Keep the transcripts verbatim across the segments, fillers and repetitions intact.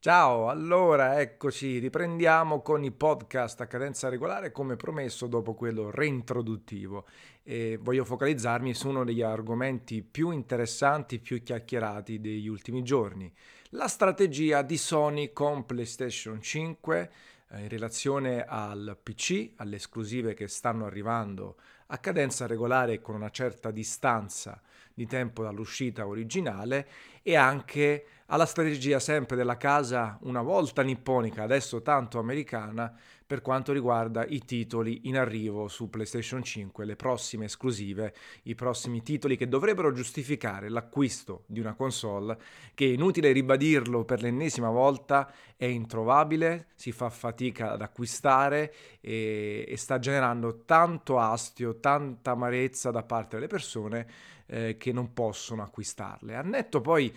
Ciao, allora eccoci, riprendiamo con i podcast a cadenza regolare come promesso dopo quello reintroduttivo e voglio focalizzarmi su uno degli argomenti più interessanti, più chiacchierati degli ultimi giorni, la strategia di Sony con PlayStation cinque eh, in relazione al P C, alle esclusive che stanno arrivando a cadenza regolare e con una certa distanza di tempo dall'uscita originale e anche alla strategia sempre della casa una volta nipponica, adesso tanto americana, per quanto riguarda i titoli in arrivo su PlayStation cinque, le prossime esclusive, i prossimi titoli che dovrebbero giustificare l'acquisto di una console che, è inutile ribadirlo per l'ennesima volta, è introvabile, si fa fatica ad acquistare e, e sta generando tanto astio, tanta amarezza da parte delle persone eh, che non possono acquistarle. A netto poi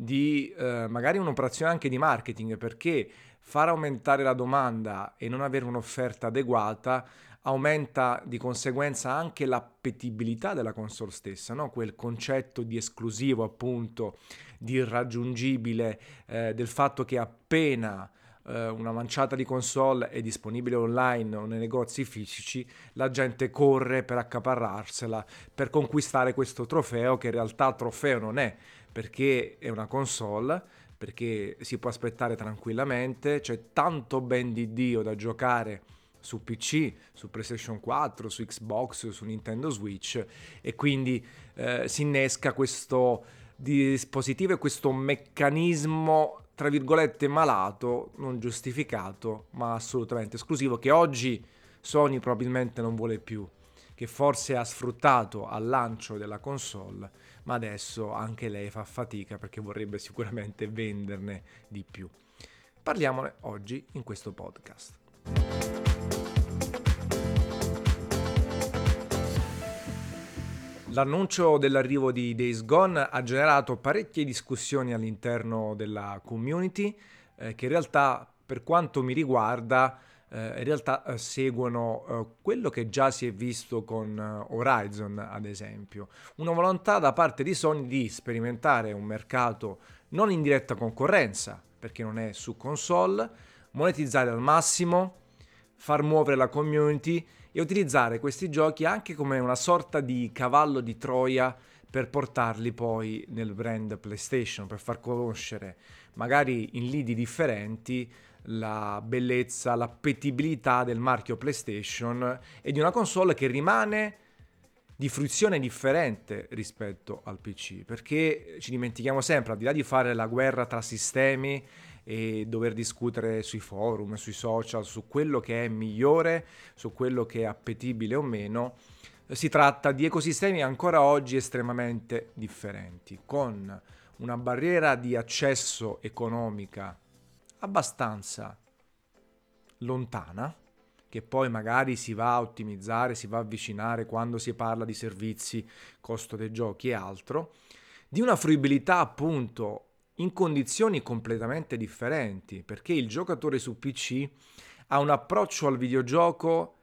di eh, magari un'operazione anche di marketing, perché far aumentare la domanda e non avere un'offerta adeguata aumenta di conseguenza anche l'appetibilità della console stessa, no? Quel concetto di esclusivo, appunto, di irraggiungibile, eh, del fatto che appena eh, una manciata di console è disponibile online o nei negozi fisici, la gente corre per accaparrarsela, per conquistare questo trofeo che in realtà trofeo non è, perché è una console, perché si può aspettare tranquillamente, c'è tanto ben di Dio da giocare su P C, su PlayStation quattro, su Xbox, su Nintendo Switch e quindi eh, si innesca questo dispositivo e questo meccanismo tra virgolette malato, non giustificato, ma assolutamente esclusivo che oggi Sony probabilmente non vuole più, che forse ha sfruttato al lancio della console, ma adesso anche lei fa fatica perché vorrebbe sicuramente venderne di più. Parliamone oggi in questo podcast. L'annuncio dell'arrivo di Days Gone ha generato parecchie discussioni all'interno della community eh, che in realtà, per quanto mi riguarda, eh, in realtà eh, seguono eh, quello che già si è visto con eh, Horizon, ad esempio. Una volontà da parte di Sony di sperimentare un mercato non in diretta concorrenza, perché non è su console, monetizzare al massimo, far muovere la community e utilizzare questi giochi anche come una sorta di cavallo di Troia per portarli poi nel brand PlayStation, per far conoscere magari in lidi differenti la bellezza, l'appetibilità del marchio PlayStation e di una console che rimane di fruizione differente rispetto al P C, perché ci dimentichiamo sempre, al di là di fare la guerra tra sistemi e dover discutere sui forum, sui social, su quello che è migliore, su quello che è appetibile o meno, si tratta di ecosistemi ancora oggi estremamente differenti, con una barriera di accesso economica abbastanza lontana, che poi magari si va a ottimizzare, si va a avvicinare quando si parla di servizi, costo dei giochi e altro, di una fruibilità appunto in condizioni completamente differenti, perché il giocatore su P C ha un approccio al videogioco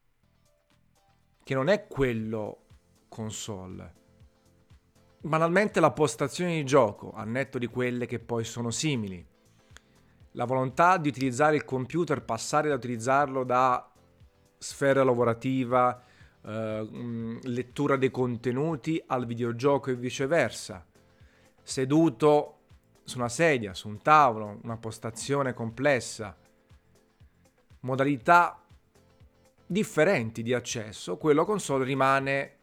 che non è quello console. Banalmente la postazione di gioco, a netto di quelle che poi sono simili, la volontà di utilizzare il computer, passare da utilizzarlo da sfera lavorativa, eh, lettura dei contenuti al videogioco e viceversa, seduto su una sedia, su un tavolo, una postazione complessa, modalità differenti di accesso, quello console rimane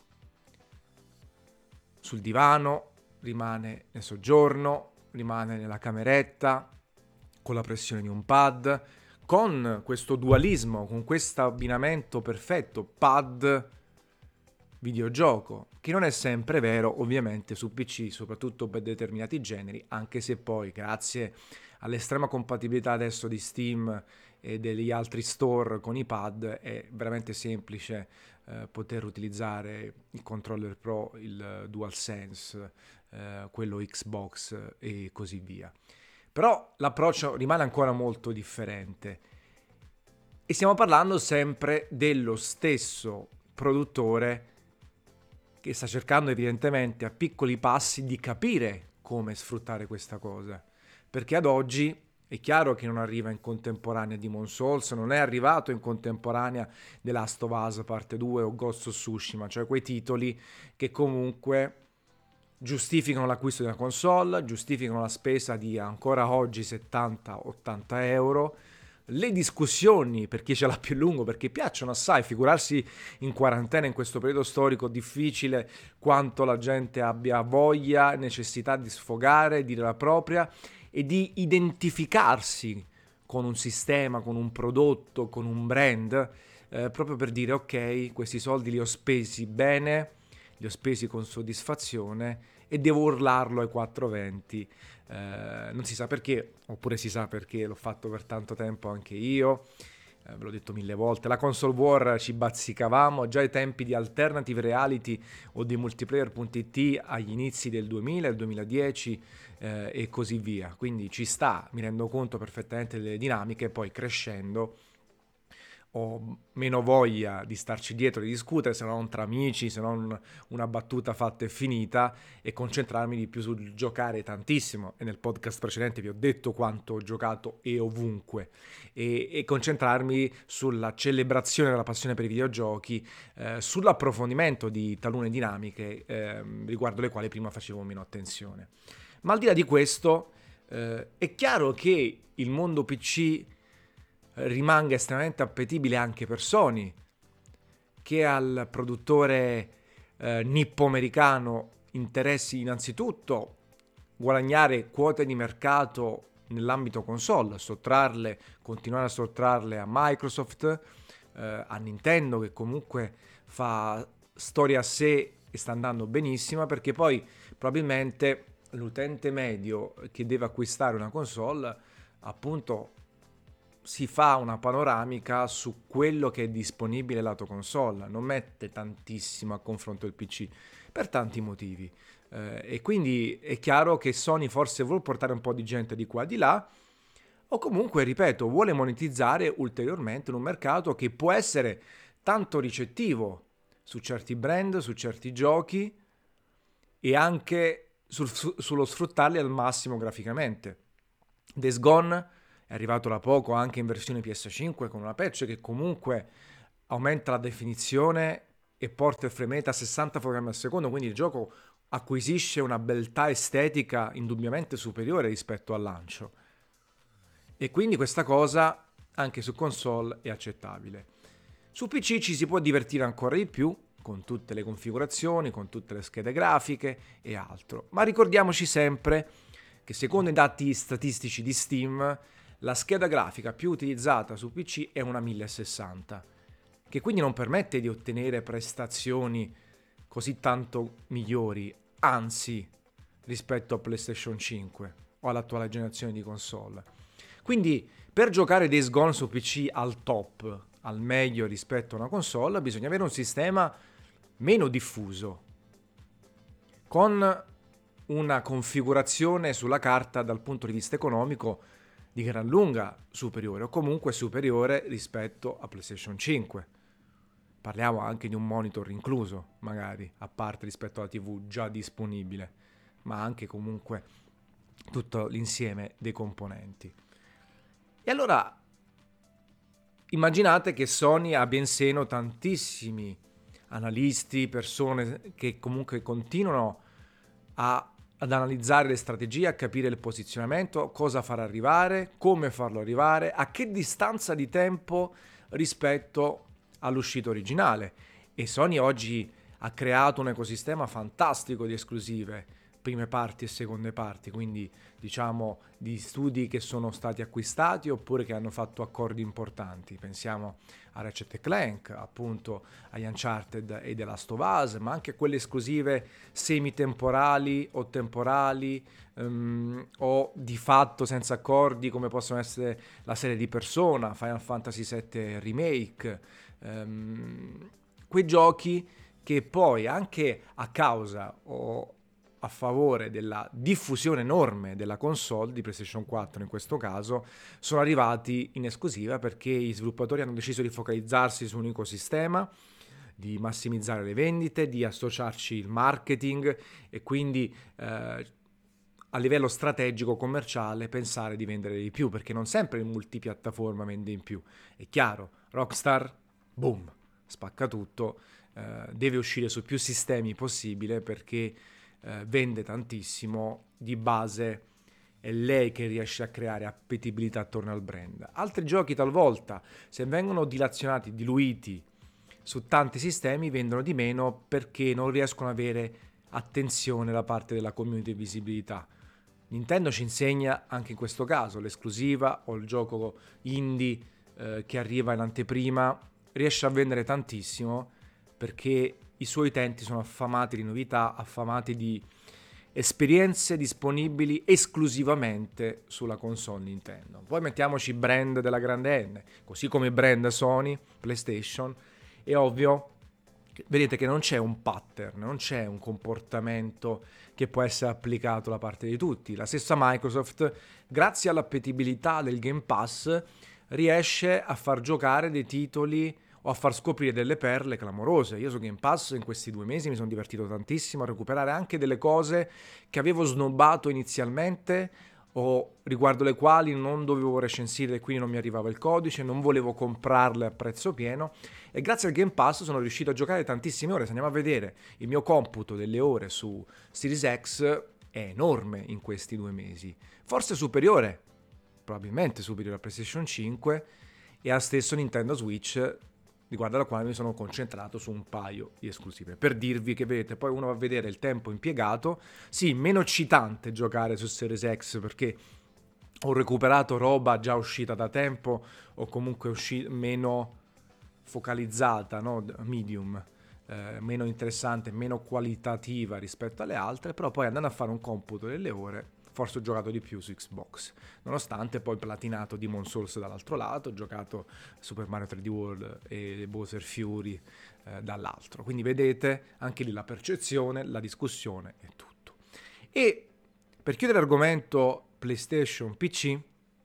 sul divano, rimane nel soggiorno, rimane nella cameretta, con la pressione di un pad, con questo dualismo, con questo abbinamento perfetto pad videogioco, che non è sempre vero ovviamente su P C, soprattutto per determinati generi, anche se poi grazie all'estrema compatibilità adesso di Steam e degli altri store con i pad è veramente semplice eh, poter utilizzare il controller Pro, il DualSense, eh, quello Xbox e così via. Però l'approccio rimane ancora molto differente e stiamo parlando sempre dello stesso produttore che sta cercando evidentemente a piccoli passi di capire come sfruttare questa cosa, perché ad oggi È chiaro che non arriva in contemporanea Demon's Souls, non è arrivato in contemporanea The Last of Us Parte due o Ghost of Tsushima, cioè quei titoli che comunque giustificano l'acquisto di una console, giustificano la spesa di ancora oggi settanta ottanta euro, le discussioni per chi ce l'ha più lungo, perché piacciono assai, figurarsi in quarantena in questo periodo storico difficile, quanto la gente abbia voglia, necessità di sfogare, dire la propria e di identificarsi con un sistema, con un prodotto, con un brand, eh, proprio per dire ok, questi soldi li ho spesi bene, li ho spesi con soddisfazione e devo urlarlo ai quattrocentoventi. Eh, non si sa perché, oppure si sa perché, l'ho fatto per tanto tempo anche io, eh, ve l'ho detto mille volte, la console war ci bazzicavamo già ai tempi di Alternative Reality o di multiplayer punto it agli inizi del duemila, il duemiladieci eh, e così via, quindi ci sta, mi rendo conto perfettamente delle dinamiche, poi crescendo ho meno voglia di starci dietro, di discutere, se non tra amici, se non una battuta fatta e finita, e concentrarmi di più sul giocare tantissimo. E nel podcast precedente vi ho detto quanto ho giocato e ovunque. E, e concentrarmi sulla celebrazione della passione per i videogiochi, eh, sull'approfondimento di talune dinamiche eh, riguardo le quali prima facevo meno attenzione. Ma al di là di questo, eh, è chiaro che il mondo P C rimanga estremamente appetibile anche per Sony, che al produttore eh, nippo-americano interessi innanzitutto guadagnare quote di mercato nell'ambito console, sottrarle, continuare a sottrarle a Microsoft, eh, a Nintendo, che comunque fa storia a sé e sta andando benissimo, perché poi probabilmente l'utente medio che deve acquistare una console appunto si fa una panoramica su quello che è disponibile lato console, non mette tantissimo a confronto il P C per tanti motivi, eh, e quindi è chiaro che Sony forse vuole portare un po' di gente di qua e di là, o comunque, ripeto, vuole monetizzare ulteriormente in un mercato che può essere tanto ricettivo su certi brand, su certi giochi e anche sul, su, sullo sfruttarli al massimo graficamente. Days Gone è arrivato da poco anche in versione P S cinque con una patch che comunque aumenta la definizione e porta il frame rate a sessanta fotogrammi al secondo, quindi il gioco acquisisce una beltà estetica indubbiamente superiore rispetto al lancio. E quindi questa cosa anche su console è accettabile. Su P C ci si può divertire ancora di più, con tutte le configurazioni, con tutte le schede grafiche e altro. Ma ricordiamoci sempre che secondo i dati statistici di Steam, la scheda grafica più utilizzata su P C è una mille sessanta, che quindi non permette di ottenere prestazioni così tanto migliori, anzi, rispetto a PlayStation cinque o all'attuale generazione di console. Quindi, per giocare Days Gone su P C al top, al meglio rispetto a una console, bisogna avere un sistema meno diffuso, con una configurazione sulla carta dal punto di vista economico di gran lunga superiore, o comunque superiore rispetto a PlayStation cinque. Parliamo anche di un monitor incluso, magari, a parte rispetto alla tivù già disponibile, ma anche comunque tutto l'insieme dei componenti. E allora immaginate che Sony abbia in seno tantissimi analisti, persone che comunque continuano a ad analizzare le strategie, a capire il posizionamento, cosa far arrivare, come farlo arrivare, a che distanza di tempo rispetto all'uscita originale. E Sony oggi ha creato un ecosistema fantastico di esclusive, prime parti e seconde parti, quindi diciamo di studi che sono stati acquistati oppure che hanno fatto accordi importanti. Pensiamo a Ratchet and Clank, appunto agli Uncharted e The Last of Us, ma anche quelle esclusive semitemporali o temporali um, o di fatto senza accordi, come possono essere la serie di Persona, Final Fantasy sette Remake, um, quei giochi che poi anche a causa o a favore della diffusione enorme della console di PlayStation quattro in questo caso sono arrivati in esclusiva perché gli sviluppatori hanno deciso di focalizzarsi su un ecosistema, di massimizzare le vendite, di associarci il marketing e quindi eh, a livello strategico commerciale pensare di vendere di più, perché non sempre il multipiattaforma vende in più. È chiaro, Rockstar, boom, spacca tutto, eh, deve uscire su più sistemi possibile perché eh, vende tantissimo, di base è lei che riesce a creare appetibilità attorno al brand. Altri giochi talvolta, se vengono dilazionati, diluiti su tanti sistemi, vendono di meno perché non riescono ad avere attenzione da parte della community e visibilità. Nintendo ci insegna anche in questo caso, l'esclusiva o il gioco indie eh, che arriva in anteprima riesce a vendere tantissimo perché i suoi utenti sono affamati di novità, affamati di esperienze disponibili esclusivamente sulla console Nintendo. Poi mettiamoci brand della grande N, così come brand Sony, PlayStation. È ovvio, vedete che non c'è un pattern, non c'è un comportamento che può essere applicato da parte di tutti. La stessa Microsoft, grazie all'appetibilità del Game Pass, riesce a far giocare dei titoli o a far scoprire delle perle clamorose. Io su Game Pass in questi due mesi mi sono divertito tantissimo a recuperare anche delle cose che avevo snobbato inizialmente o riguardo le quali non dovevo recensire e quindi non mi arrivava il codice, non volevo comprarle a prezzo pieno, e grazie al Game Pass sono riuscito a giocare tantissime ore. Se andiamo a vedere il mio computo delle ore su Series X è enorme in questi due mesi, forse superiore, probabilmente superiore a PlayStation cinque e a stesso Nintendo Switch, riguardo alla quale mi sono concentrato su un paio di esclusive. Per dirvi che, vedete, poi uno va a vedere il tempo impiegato. Sì, meno eccitante giocare su Series X perché ho recuperato roba già uscita da tempo o comunque usci- meno focalizzata, no? Medium, eh, meno interessante, meno qualitativa rispetto alle altre, però poi andando a fare un computo delle ore forse ho giocato di più su Xbox, nonostante poi platinato Demon's Souls dall'altro lato, ho giocato Super Mario tre D World e Bowser Fury eh, dall'altro. Quindi vedete, anche lì la percezione, la discussione e tutto. E per chiudere l'argomento PlayStation P C,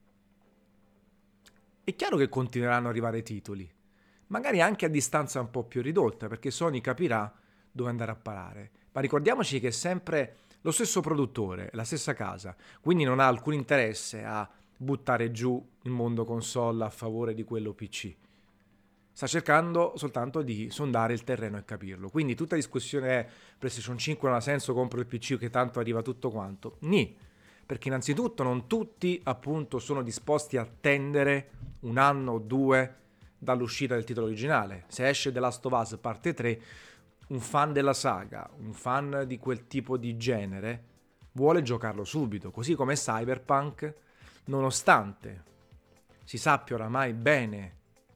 è chiaro che continueranno ad arrivare titoli, magari anche a distanza un po' più ridotta, perché Sony capirà dove andare a parare. Ma ricordiamoci che è sempre lo stesso produttore, la stessa casa, quindi non ha alcun interesse a buttare giù il mondo console a favore di quello P C. Sta cercando soltanto di sondare il terreno e capirlo. Quindi tutta discussione è PlayStation cinque non ha senso, compro il P C che tanto arriva tutto quanto. Nì, perché innanzitutto non tutti appunto sono disposti a attendere un anno o due dall'uscita del titolo originale. Se esce The Last of Us parte tre, un fan della saga, un fan di quel tipo di genere, vuole giocarlo subito, così come Cyberpunk, nonostante si sappia oramai bene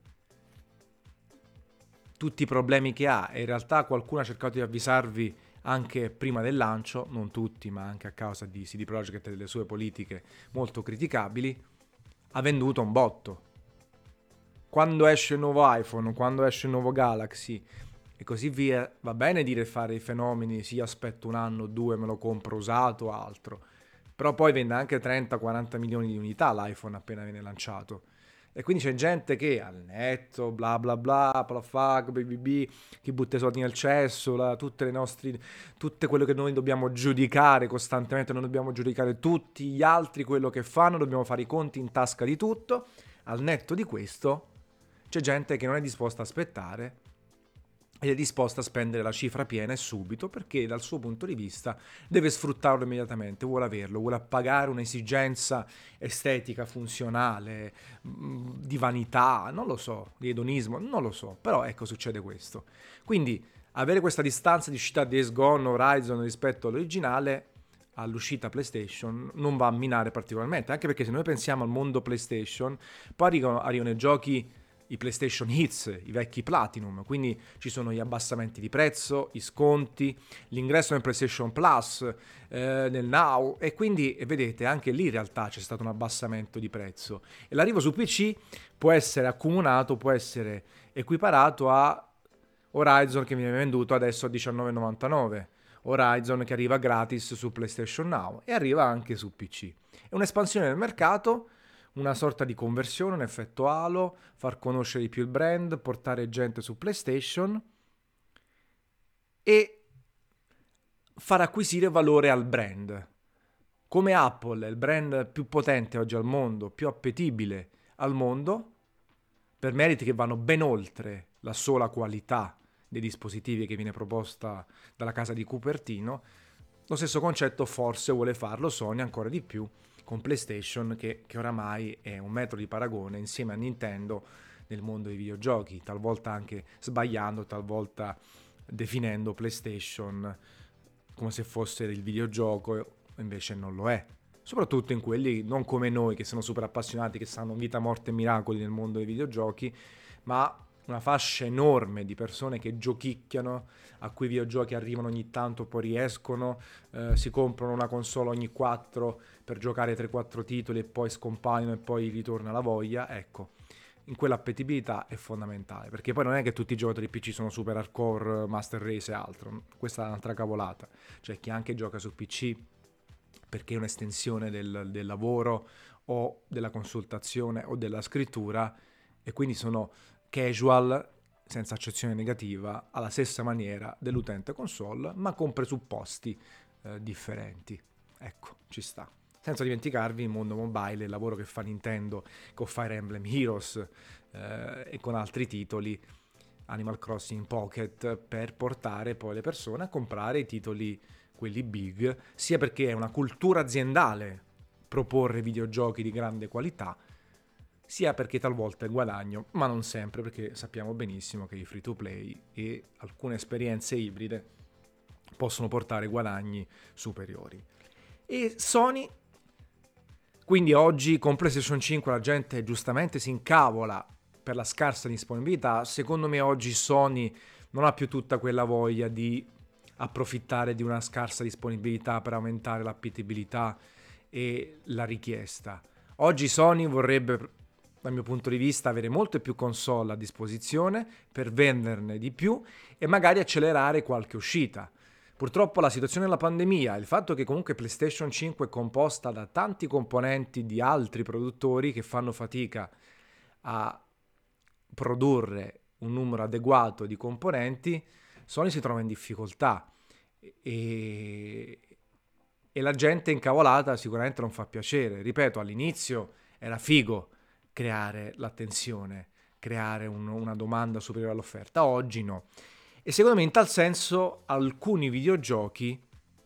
tutti i problemi che ha, e in realtà qualcuno ha cercato di avvisarvi anche prima del lancio, non tutti, ma anche a causa di C D Projekt e delle sue politiche molto criticabili, ha venduto un botto. Quando esce il nuovo iPhone, quando esce il nuovo Galaxy e così via, va bene dire fare i fenomeni, sì, aspetto un anno o due, me lo compro usato o altro, però poi vende anche trenta quaranta milioni di unità l'iPhone appena viene lanciato. E quindi c'è gente che al netto, bla bla bla, plafag, B B B, chi butta i soldi nel cesso, la, tutte le nostre, tutte quello che noi dobbiamo giudicare costantemente, non dobbiamo giudicare tutti gli altri, quello che fanno, dobbiamo fare i conti in tasca di tutto. Al netto di questo c'è gente che non è disposta a aspettare ed è disposta a spendere la cifra piena e subito perché dal suo punto di vista deve sfruttarlo immediatamente, vuole averlo, vuole appagare un'esigenza estetica, funzionale, di vanità, non lo so, di edonismo, non lo so, però ecco succede questo. Quindi avere questa distanza di uscita di Days Gone, Horizon rispetto all'originale, all'uscita PlayStation, non va a minare particolarmente, anche perché se noi pensiamo al mondo PlayStation, poi arrivano, arrivano i giochi, i PlayStation Hits, i vecchi Platinum, quindi ci sono gli abbassamenti di prezzo, i sconti, l'ingresso nel PlayStation Plus, eh, nel Now, e quindi e vedete anche lì in realtà c'è stato un abbassamento di prezzo e l'arrivo su P C può essere accomunato, può essere equiparato a Horizon che viene venduto adesso a diciannove virgola novantanove, Horizon che arriva gratis su PlayStation Now e arriva anche su P C. È un'espansione del mercato, una sorta di conversione, un effetto halo, far conoscere di più il brand, portare gente su PlayStation e far acquisire valore al brand. Come Apple è il brand più potente oggi al mondo, più appetibile al mondo, per meriti che vanno ben oltre la sola qualità dei dispositivi che viene proposta dalla casa di Cupertino, lo stesso concetto forse vuole farlo Sony ancora di più con PlayStation, che, che oramai è un metro di paragone insieme a Nintendo nel mondo dei videogiochi, talvolta anche sbagliando, talvolta definendo PlayStation come se fosse il videogioco, invece non lo è. Soprattutto in quelli non come noi che sono super appassionati, che sanno vita, morte e miracoli nel mondo dei videogiochi, ma una fascia enorme di persone che giochicchiano, a cui i videogiochi arrivano ogni tanto, poi riescono, eh, si comprano una console ogni quattro per giocare tre quattro titoli e poi scompaiono e poi ritorna la voglia. Ecco, in quell'appetibilità è fondamentale, perché poi non è che tutti i giocatori P C sono super hardcore, Master Race e altro, questa è un'altra cavolata. C'è chi anche gioca su P C perché è un'estensione del, del lavoro o della consultazione o della scrittura, e quindi sono casual, senza accezione negativa, alla stessa maniera dell'utente console, ma con presupposti eh, differenti. Ecco, ci sta. Senza dimenticarvi il mondo mobile, il lavoro che fa Nintendo con Fire Emblem Heroes eh, e con altri titoli, Animal Crossing Pocket, per portare poi le persone a comprare i titoli, quelli big, sia perché è una cultura aziendale proporre videogiochi di grande qualità, sia perché talvolta è guadagno, ma non sempre, perché sappiamo benissimo che i free to play e alcune esperienze ibride possono portare guadagni superiori. E Sony, quindi oggi con PlayStation cinque la gente giustamente si incavola per la scarsa disponibilità. Secondo me oggi Sony non ha più tutta quella voglia di approfittare di una scarsa disponibilità per aumentare l'appetibilità e la richiesta. Oggi Sony vorrebbe, dal mio punto di vista, avere molte più console a disposizione per venderne di più e magari accelerare qualche uscita. Purtroppo la situazione della pandemia, il fatto che comunque PlayStation cinque è composta da tanti componenti di altri produttori che fanno fatica a produrre un numero adeguato di componenti, Sony si trova in difficoltà e, e la gente incavolata sicuramente non fa piacere. Ripeto, all'inizio era figo creare l'attenzione, creare un, una domanda superiore all'offerta, oggi no. E secondo me in tal senso alcuni videogiochi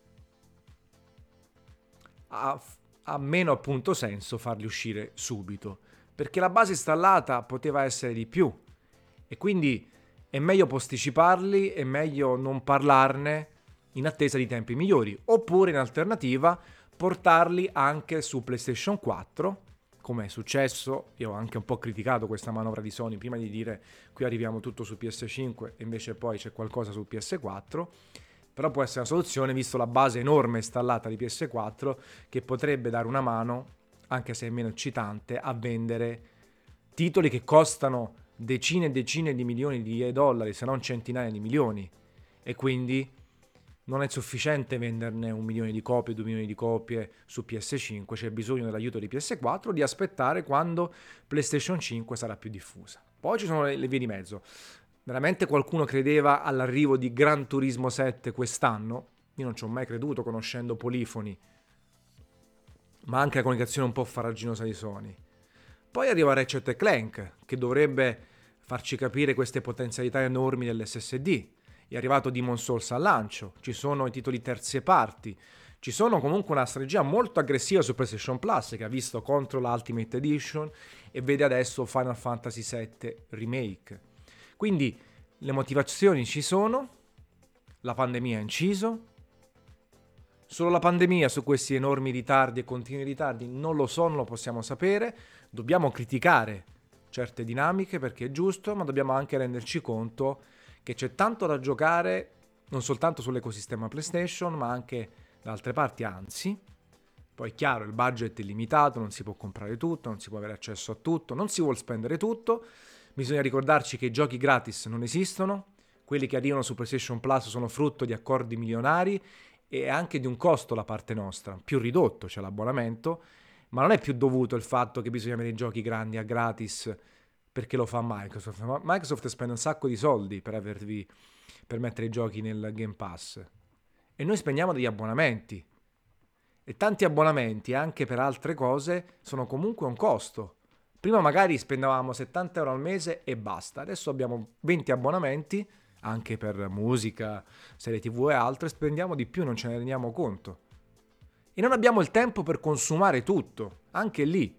ha, ha meno appunto senso farli uscire subito, perché la base installata poteva essere di più e quindi è meglio posticiparli, è meglio non parlarne in attesa di tempi migliori, oppure in alternativa portarli anche su PlayStation quattro, come è successo. Io ho anche un po' criticato questa manovra di Sony prima di dire qui arriviamo tutto su P S cinque e invece poi c'è qualcosa su P S quattro, però può essere una soluzione visto la base enorme installata di P S quattro che potrebbe dare una mano, anche se è meno eccitante, a vendere titoli che costano decine e decine di milioni di dollari, se non centinaia di milioni, e quindi non è sufficiente venderne un milione di copie, due milioni di copie su P S cinque, c'è bisogno dell'aiuto di P S quattro, di aspettare quando PlayStation cinque sarà più diffusa. Poi ci sono le, le vie di mezzo. Veramente qualcuno credeva all'arrivo di Gran Turismo sette quest'anno? Io non ci ho mai creduto, conoscendo Polifoni, ma anche la comunicazione un po' farraginosa di Sony. Poi arriva Ratchet and Clank, che dovrebbe farci capire queste potenzialità enormi dell'S S D. È arrivato Demon's Souls al lancio, ci sono i titoli terze parti, ci sono comunque una strategia molto aggressiva su PlayStation Plus che ha visto contro l'Ultimate Edition e vede adesso Final Fantasy sette Remake. Quindi le motivazioni ci sono, la pandemia ha inciso, solo la pandemia su questi enormi ritardi e continui ritardi non lo so, non lo possiamo sapere, dobbiamo criticare certe dinamiche perché è giusto, ma dobbiamo anche renderci conto che c'è tanto da giocare non soltanto sull'ecosistema PlayStation ma anche da altre parti, anzi poi è chiaro il budget è limitato, non si può comprare tutto, non si può avere accesso a tutto, non si vuole spendere tutto, bisogna ricordarci che i giochi gratis non esistono, quelli che arrivano su PlayStation Plus sono frutto di accordi milionari e anche di un costo da parte nostra, più ridotto, c'è l'abbonamento, ma non è più dovuto il fatto che bisogna avere i giochi grandi a gratis perché lo fa Microsoft. Microsoft spende un sacco di soldi per avervi per mettere i giochi nel Game Pass e noi spendiamo degli abbonamenti E tanti abbonamenti anche per altre cose sono comunque un costo. Prima magari spendevamo settanta euro al mese e basta, adesso abbiamo venti abbonamenti, anche per musica, serie tv e altro, e spendiamo di più, non ce ne rendiamo conto. E non abbiamo il tempo per consumare tutto, anche lì.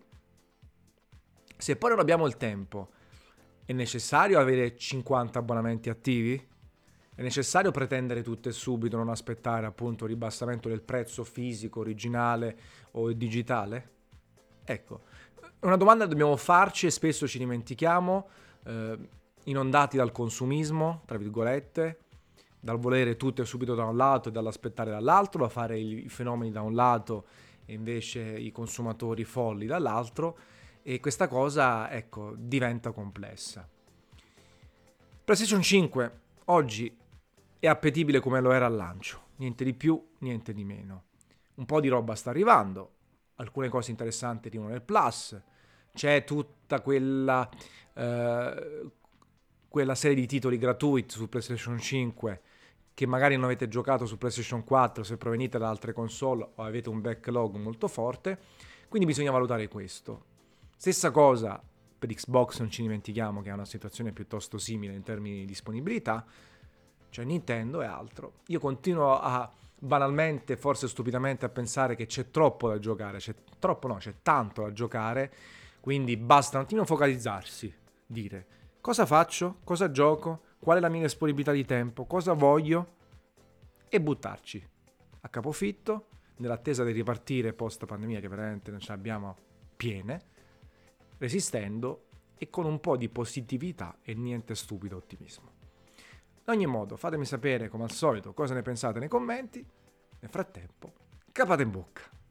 Se poi non abbiamo il tempo, è necessario avere cinquanta abbonamenti attivi? È necessario pretendere tutto e subito, non aspettare appunto il ribassamento del prezzo fisico, originale o digitale? Ecco, è una domanda che dobbiamo farci e spesso ci dimentichiamo, eh, inondati dal consumismo, tra virgolette, dal volere tutto e subito da un lato e dall'aspettare dall'altro, da fare i fenomeni da un lato e invece i consumatori folli dall'altro, e questa cosa, ecco, diventa complessa. PlayStation cinque oggi è appetibile come lo era al lancio, niente di più, niente di meno. Un po' di roba sta arrivando, alcune cose interessanti arrivano nel Plus, c'è tutta quella, eh, quella serie di titoli gratuiti su PlayStation cinque che magari non avete giocato su PlayStation quattro se provenite da altre console o avete un backlog molto forte, quindi bisogna valutare questo. Stessa cosa per Xbox, non ci dimentichiamo che ha una situazione piuttosto simile in termini di disponibilità, cioè Nintendo e altro. Io continuo a banalmente, forse stupidamente, a pensare che c'è troppo da giocare, c'è troppo no, c'è tanto da giocare, quindi basta un attimo focalizzarsi, dire cosa faccio, cosa gioco, qual è la mia disponibilità di tempo, cosa voglio e buttarci a capofitto nell'attesa di ripartire post pandemia, che veramente non ce l'abbiamo piene, resistendo e con un po' di positività e niente stupido ottimismo. In ogni modo, fatemi sapere come al solito cosa ne pensate nei commenti. Nel frattempo, capate in bocca!